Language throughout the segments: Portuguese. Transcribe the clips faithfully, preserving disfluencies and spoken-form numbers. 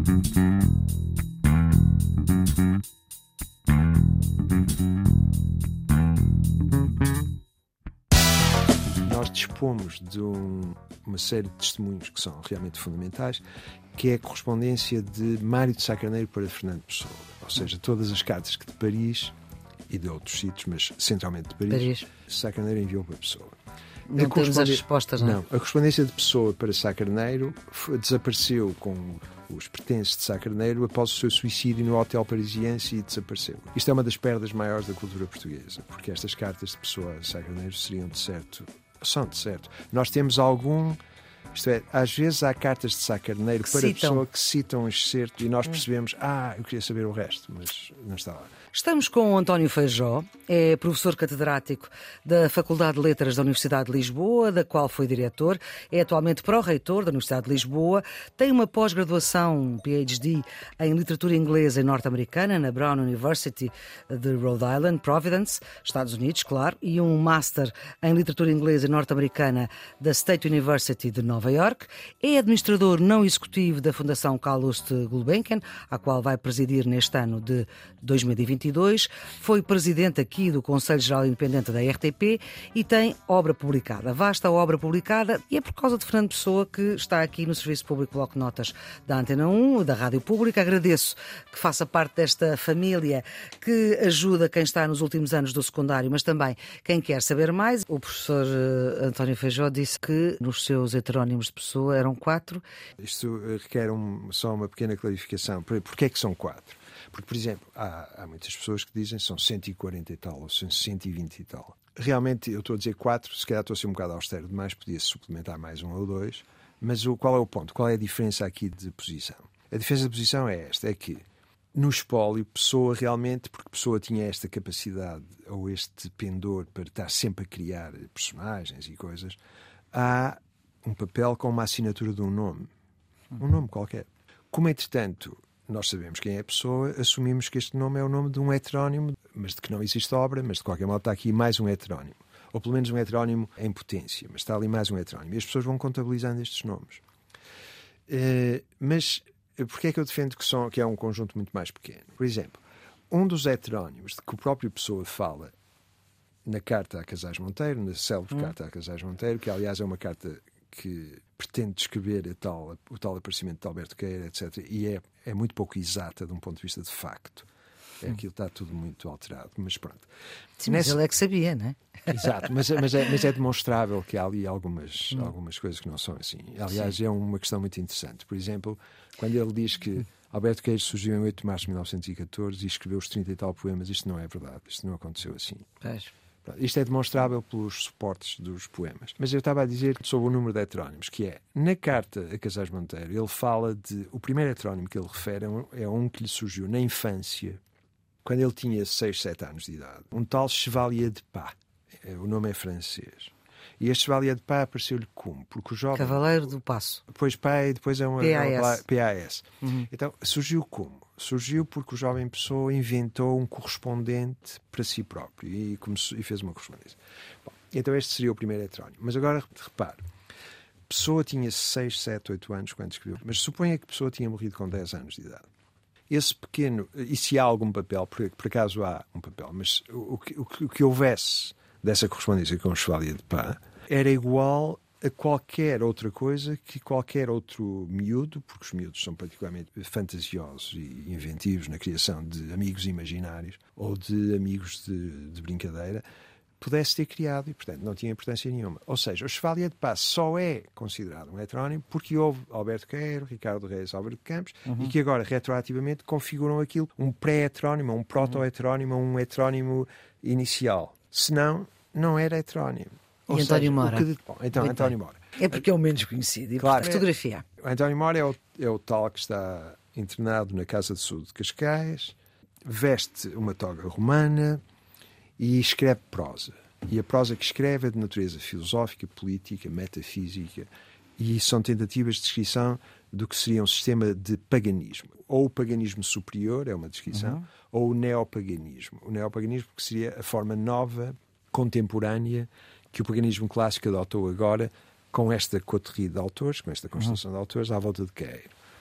Nós dispomos de um, uma série de testemunhos que são realmente fundamentais, que é a correspondência de Mário de Sá Carneiro para Fernando Pessoa. Ou seja, todas as cartas que de Paris e de outros sítios, mas centralmente de Paris, Paris. Sá Carneiro enviou para Pessoa. Não temos as respostas, não é? Não, a correspondência de Pessoa para Sá Carneiro foi, desapareceu com os pertences de Sá Carneiro após o seu suicídio no Hotel Parisiense e desapareceu. Isto é uma das perdas maiores da cultura portuguesa, porque estas cartas de Pessoa a Sá Carneiro seriam de certo, são de certo. Nós temos algum... Isto é, às vezes há cartas de Sá Carneiro que para citam. Pessoa que citam um excerto e nós percebemos, ah, eu queria saber o resto, mas não está lá. Estamos com o António Feijó, é professor catedrático da Faculdade de Letras da Universidade de Lisboa, da qual foi diretor, é atualmente pró-reitor da Universidade de Lisboa, tem uma pós-graduação, um P H D, em literatura inglesa e norte-americana na Brown University de Rhode Island, Providence, Estados Unidos, claro, e um Master em literatura inglesa e norte-americana da State University de Nova York, é administrador não executivo da Fundação Calouste Gulbenkian, a qual vai presidir neste ano de dois mil e vinte e dois, foi presidente aqui do Conselho Geral Independente da R T P e tem obra publicada, vasta obra publicada, e é por causa de Fernando Pessoa que está aqui no Serviço Público Bloco de Notas da Antena um, da Rádio Pública. Agradeço que faça parte desta família que ajuda quem está nos últimos anos do secundário, mas também quem quer saber mais. O professor António Feijó disse que nos seus heterónimos de Pessoa eram quatro. Isto requer um, só uma pequena clarificação. Porquê é que são quatro? Porque, por exemplo, há, há muitas pessoas que dizem que são cento e quarenta e tal, ou são cento e vinte e tal. Realmente, eu estou a dizer quatro, se calhar estou a ser um bocado austero demais, podia-se suplementar mais um ou dois, mas o, qual é o ponto? Qual é a diferença aqui de posição? A diferença de posição é esta, é que no espólio, Pessoa realmente, porque Pessoa tinha esta capacidade, ou este pendor para estar sempre a criar personagens e coisas, há um papel com uma assinatura de um nome. Um nome qualquer. Como, entretanto, nós sabemos quem é a Pessoa, assumimos que este nome é o nome de um heterónimo, mas de que não existe obra, mas de qualquer modo está aqui mais um heterónimo. Ou pelo menos um heterónimo em potência, mas está ali mais um heterónimo. E as pessoas vão contabilizando estes nomes. Uh, mas porquê é que eu defendo que, são, que é um conjunto muito mais pequeno? Por exemplo, um dos heterónimos de que o próprio Pessoa fala na carta a Casais Monteiro, na célebre hum. carta a Casais Monteiro, que aliás é uma carta que pretende descrever a tal, o tal aparecimento de Alberto Queira, etcétera, e é, é muito pouco exata de um ponto de vista de facto. É, hum. Aquilo está tudo muito alterado, mas pronto. Sim, mas Nessa... ele é que sabia, não é? Exato, mas, mas, é, mas é demonstrável que há ali algumas, hum. algumas coisas que não são assim. Aliás, Sim. é uma questão muito interessante. Por exemplo, quando ele diz que Alberto Queiro surgiu em oito de março de mil novecentos e catorze e escreveu os trinta e tal poemas, isto não é verdade, isto não aconteceu assim. Pois. Isto é demonstrável pelos suportes dos poemas. Mas eu estava a dizer sobre o número de heterónimos, que é, na carta a Casais Monteiro, ele fala de... O primeiro heterónimo que ele refere é um, é um que lhe surgiu na infância, quando ele tinha seis, sete anos de idade. Um tal Chevalier de Pá. O nome é francês. E este Chevalier de Pá apareceu-lhe como? Porque o jovem... Cavaleiro do Paço. Depois Pá e depois é uma... P A S. É uma P A S. Uhum. Então, surgiu como? Surgiu porque o jovem Pessoa inventou um correspondente para si próprio e, começou, e fez uma correspondência. Bom, então este seria o primeiro heterónimo. Mas agora, repare, Pessoa tinha seis, sete, oito anos quando escreveu, mas suponha que Pessoa tinha morrido com dez anos de idade. Esse pequeno, e se há algum papel, por, por acaso há um papel, mas o, o, o, o que houvesse dessa correspondência com o Chevalier de Pá era igual a qualquer outra coisa que qualquer outro miúdo, porque os miúdos são particularmente fantasiosos e inventivos na criação de amigos imaginários ou de amigos de, de brincadeira, pudesse ter criado e, portanto, não tinha importância nenhuma. Ou seja, o Chevalier de Pá só é considerado um heterónimo porque houve Alberto Queiro, Ricardo Reis, Álvaro de Campos, uhum. e que agora, retroativamente, configuram aquilo um pré-heterónimo, um proto-heterónimo, um heterónimo inicial. Senão, não era heterónimo. E Ou António seja, Mora? De... Bom, então, Muito António bem. Mora. É porque é o menos conhecido. E claro, fotografia. É, o António Mora é o, é o tal que está internado na Casa de Saúde de Cascais, veste uma toga romana e escreve prosa. E a prosa que escreve é de natureza filosófica, política, metafísica, e são tentativas de descrição do que seria um sistema de paganismo. Ou o paganismo superior, é uma descrição, uhum. ou o neopaganismo. O neopaganismo que seria a forma nova, contemporânea, que o paganismo clássico adotou agora com esta coterie de autores, com esta constelação uhum. de autores à volta de Queiro.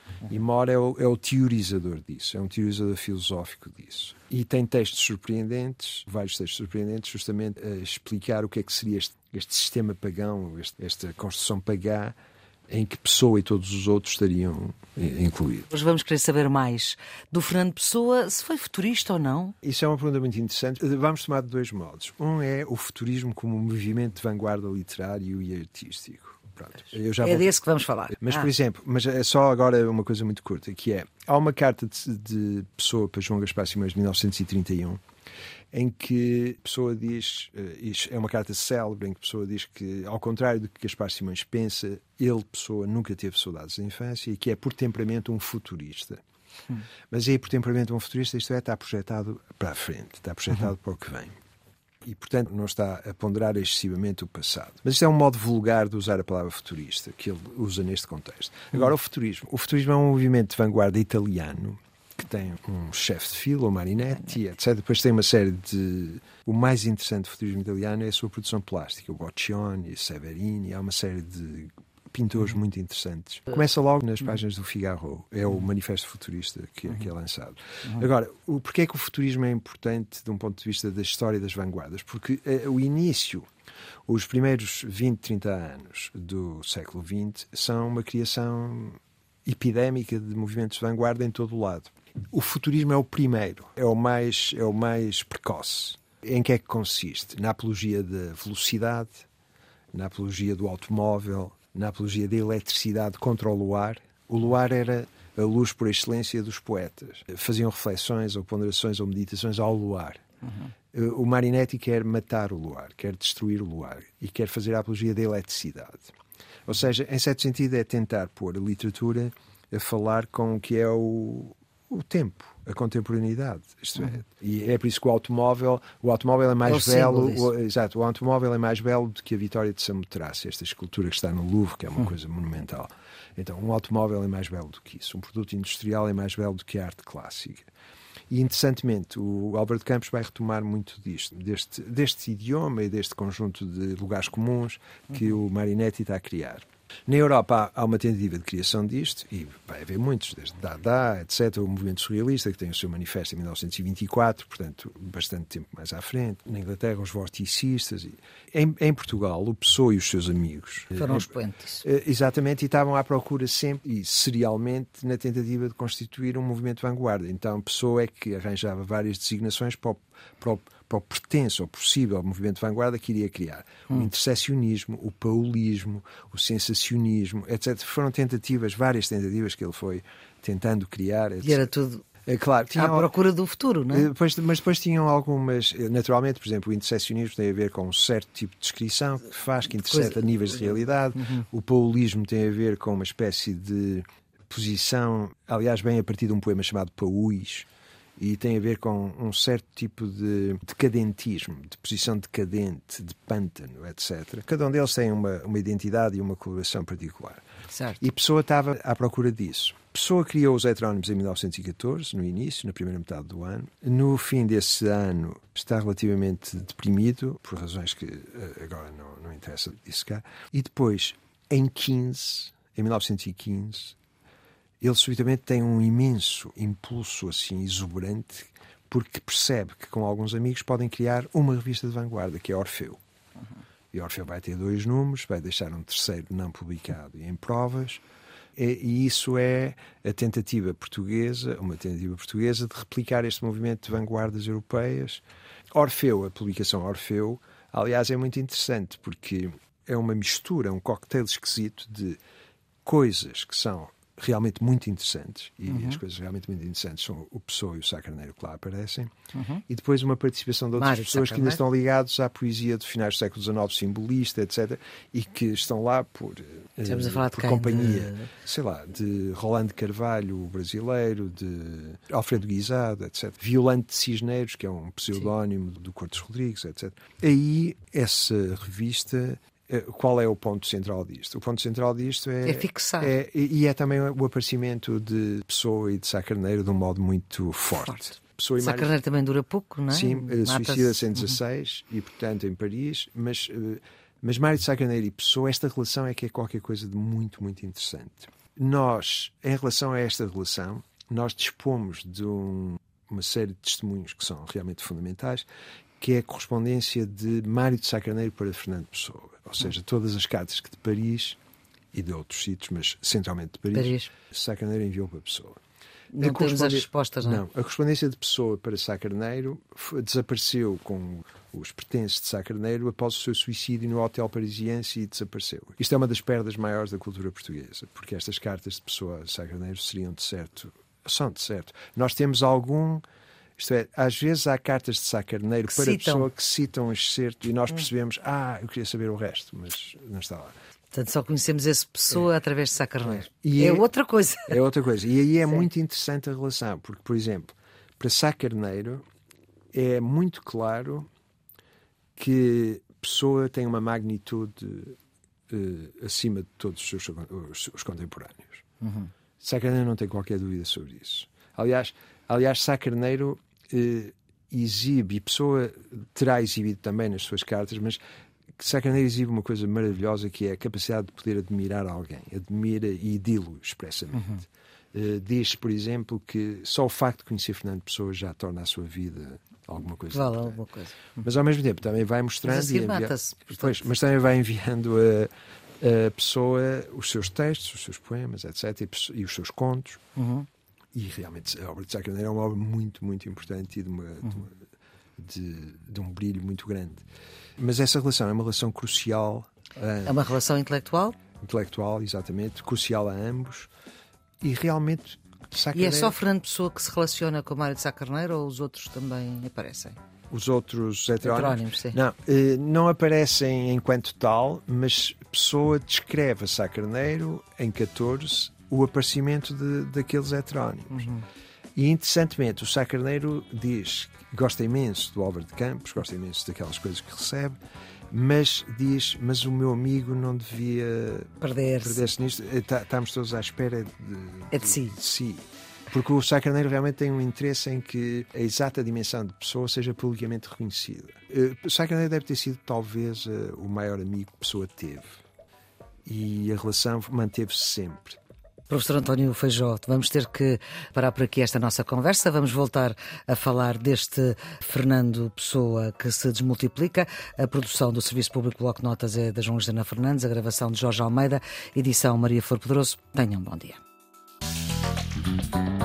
E More é o, é o teorizador disso, é um teorizador filosófico disso. E tem textos surpreendentes, vários textos surpreendentes, justamente a explicar o que é que seria este, este sistema pagão, este, esta construção pagã, em que Pessoa e todos os outros estariam incluídos. Hoje vamos querer saber mais do Fernando Pessoa, se foi futurista ou não? Isso é uma pergunta muito interessante. Vamos tomar de dois modos. Um é o futurismo como um movimento de vanguarda literário e artístico. Pronto, eu já é vou... desse que vamos falar. Mas, ah. por exemplo, mas é só agora uma coisa muito curta, que é, há uma carta de, de Pessoa para João Gaspar Simões de mil novecentos e trinta e um, em que Pessoa diz, é uma carta célebre, em que Pessoa diz que, ao contrário do que Gaspar Simões pensa, ele, Pessoa, nunca teve saudades da infância e que é, por temperamento, um futurista. Hum. Mas aí, por temperamento, um futurista, isto é, está projetado para a frente, está projetado uhum. para o que vem. E, portanto, não está a ponderar excessivamente o passado. Mas isto é um modo vulgar de usar a palavra futurista, que ele usa neste contexto. Agora, o futurismo. O futurismo é um movimento de vanguarda italiano, que tem um chefe de fila, o Marinetti, etcétera. Depois tem uma série de... O mais interessante do futurismo italiano é a sua produção plástica. O Boccioni, Severini, há uma série de pintores muito interessantes. Começa logo nas páginas do Figaro. É o manifesto futurista que, que é lançado. Agora, o, porquê é que o futurismo é importante de um ponto de vista da história das vanguardas? Porque eh, o início, os primeiros vinte, trinta anos do século vinte são uma criação epidémica de movimentos de vanguarda em todo o lado. O futurismo é o primeiro, é o mais, é o mais precoce. Em que é que consiste? Na apologia da velocidade, na apologia do automóvel, na apologia da eletricidade contra o luar. O luar era a luz por excelência dos poetas. Faziam reflexões ou ponderações ou meditações ao luar. Uhum. O Marinetti quer matar o luar, quer destruir o luar e quer fazer a apologia da eletricidade. Ou seja, em certo sentido é tentar pôr a literatura a falar com o que é o, o tempo, a contemporaneidade. Isto é. Uhum. E é por isso que o automóvel, o automóvel é mais é belo. O, exato, o automóvel é mais belo do que a Vitória de Samotrace, esta escultura que está no Louvre, que é uma uhum. coisa monumental. Então, um automóvel é mais belo do que isso. Um produto industrial é mais belo do que a arte clássica. E, interessantemente, o Álvaro de Campos vai retomar muito disto, deste, deste idioma e deste conjunto de lugares comuns que uhum. o Marinetti está a criar. Na Europa há, há uma tentativa de criação disto, e vai haver muitos, desde Dada, etcétera, o movimento surrealista, que tem o seu manifesto em mil novecentos e vinte e quatro, portanto, bastante tempo mais à frente. Na Inglaterra, os vorticistas. E, em, em Portugal, o Pessoa e os seus amigos... Foram os poentes. Exatamente, e estavam à procura sempre, e serialmente, na tentativa de constituir um movimento de vanguarda. Então, Pessoa é que arranjava várias designações para o, para o para o pertença ou possível movimento de vanguarda que iria criar. Hum. O interseccionismo, o paulismo, o sensacionismo, etcétera. Foram tentativas, várias tentativas que ele foi tentando criar, etcétera. E era tudo é, claro, tinha, à procura do futuro, não é? Depois, mas depois tinham algumas... Naturalmente, por exemplo, o interseccionismo tem a ver com um certo tipo de descrição que faz, que intercepta Coisa... níveis de realidade. Uhum. O paulismo tem a ver com uma espécie de posição, aliás, bem a partir de um poema chamado Paús, e tem a ver com um certo tipo de decadentismo, de posição decadente, de pântano, etcétera. Cada um deles tem uma, uma identidade e uma coloração particular. Certo. E Pessoa estava à procura disso. Pessoa criou os heterónimos em mil novecentos e catorze, no início, na primeira metade do ano. No fim desse ano está relativamente deprimido, por razões que agora não, não interessa dissecar. E depois, em quinze, em mil novecentos e quinze... ele subitamente tem um imenso impulso assim exuberante, porque percebe que com alguns amigos podem criar uma revista de vanguarda, que é Orfeu. Uhum. E Orfeu vai ter dois números, vai deixar um terceiro não publicado e em provas, e, e isso é a tentativa portuguesa, uma tentativa portuguesa de replicar este movimento de vanguardas europeias. Orfeu, a publicação Orfeu, aliás, é muito interessante, porque é uma mistura, um cocktail esquisito de coisas que são realmente muito interessantes, e uhum. as coisas realmente muito interessantes são o Pessoa e o Sá Carneiro que lá aparecem, uhum. e depois uma participação de outras Mário pessoas que ainda estão ligadas à poesia do finais do século dezenove, simbolista, etcétera, e que estão lá por, Estamos a falar por de companhia, de... sei lá, de Rolando Carvalho, o brasileiro, de Alfredo Guisado, etcétera. Violante de Cisneiros, que é um pseudónimo Sim. do Cortes Rodrigues, etcétera. Aí, essa revista... Qual é o ponto central disto? O ponto central disto é... É fixar. É, e é também o aparecimento de Pessoa e de Sá Carneiro de um modo muito forte. forte. Pessoa e Sá Carneiro também dura pouco, não é? Sim, suicida-se em dezasseis uhum. e, portanto, em Paris. Mas, mas Mário de Sá Carneiro e Pessoa, esta relação é que é qualquer coisa de muito, muito interessante. nós, em relação a esta relação, nós dispomos de um, uma série de testemunhos que são realmente fundamentais, que é a correspondência de Mário de Sá Carneiro para Fernando Pessoa. Ou seja, todas as cartas que de Paris e de outros sítios, mas centralmente de Paris, Paris. Sá Carneiro enviou para Pessoa. Não temos as respostas, não é? Não, a correspondência de Pessoa para Sá Carneiro foi, desapareceu com os pertences de Sá Carneiro após o seu suicídio no Hotel Parisiense e desapareceu. Isto é uma das perdas maiores da cultura portuguesa, porque estas cartas de Pessoa a Sá Carneiro seriam de certo, são de certo. Nós temos algum, isto é, às vezes há cartas de Sá Carneiro que para citam. Pessoa que citam um excerto e nós percebemos, ah, eu queria saber o resto, mas não está lá. Portanto, só conhecemos essa pessoa é. através de Sá Carneiro. E é, é outra coisa. É outra coisa. E aí é Sim. muito interessante a relação, porque, por exemplo, para Sá Carneiro é muito claro que Pessoa tem uma magnitude uh, acima de todos os seus os, os contemporâneos. Uhum. Sá Carneiro não tem qualquer dúvida sobre isso. Aliás, aliás Sá Carneiro uh, exibe, e Pessoa terá exibido também nas suas cartas, mas Sá Carneiro exibe uma coisa maravilhosa, que é a capacidade de poder admirar alguém. Admira e dilo expressamente. Uhum. Uh, diz, por exemplo, que só o facto de conhecer Fernando Pessoa já torna a sua vida alguma coisa. Vale alguma coisa. Uhum. Mas ao mesmo tempo também vai mostrando... Mas, assim e envia... pois, mas também vai enviando a, a Pessoa os seus textos, os seus poemas, etcétera, e, e os seus contos. Uhum. E realmente a obra de Sá Carneiro é uma obra muito, muito importante e de, uma, uhum. de, uma, de, de um brilho muito grande. Mas essa relação é uma relação crucial. A... É uma relação intelectual? Intelectual, exatamente. Crucial a ambos. E realmente... Sá Carneiro... E é só Fernando Pessoa que se relaciona com o Mário de Sá Carneiro ou os outros também aparecem? Os outros heterónimos? Heterónimos, sim. Não, não aparecem enquanto tal, mas Pessoa descreve a Sá Carneiro, em catorze, o aparecimento de, daqueles heterónimos. Uhum. E, interessantemente, o Sá Carneiro diz que gosta imenso do Álvaro de Campos, gosta imenso daquelas coisas que recebe, mas diz, mas o meu amigo não devia perder-se, perder-se nisto. Tá, estamos todos à espera de, é de, de, si. de si. Porque o Sá Carneiro realmente tem um interesse em que a exata dimensão de Pessoa seja publicamente reconhecida. O Sá Carneiro deve ter sido, talvez, o maior amigo que Pessoa teve. E a relação manteve-se sempre. Professor António Feijó, vamos ter que parar por aqui esta nossa conversa. Vamos voltar a falar deste Fernando Pessoa que se desmultiplica. A produção do Serviço Público Bloco de Notas é da João Luís Fernandes, a gravação de Jorge Almeida, edição Maria Flor Pedroso. Tenham um bom dia.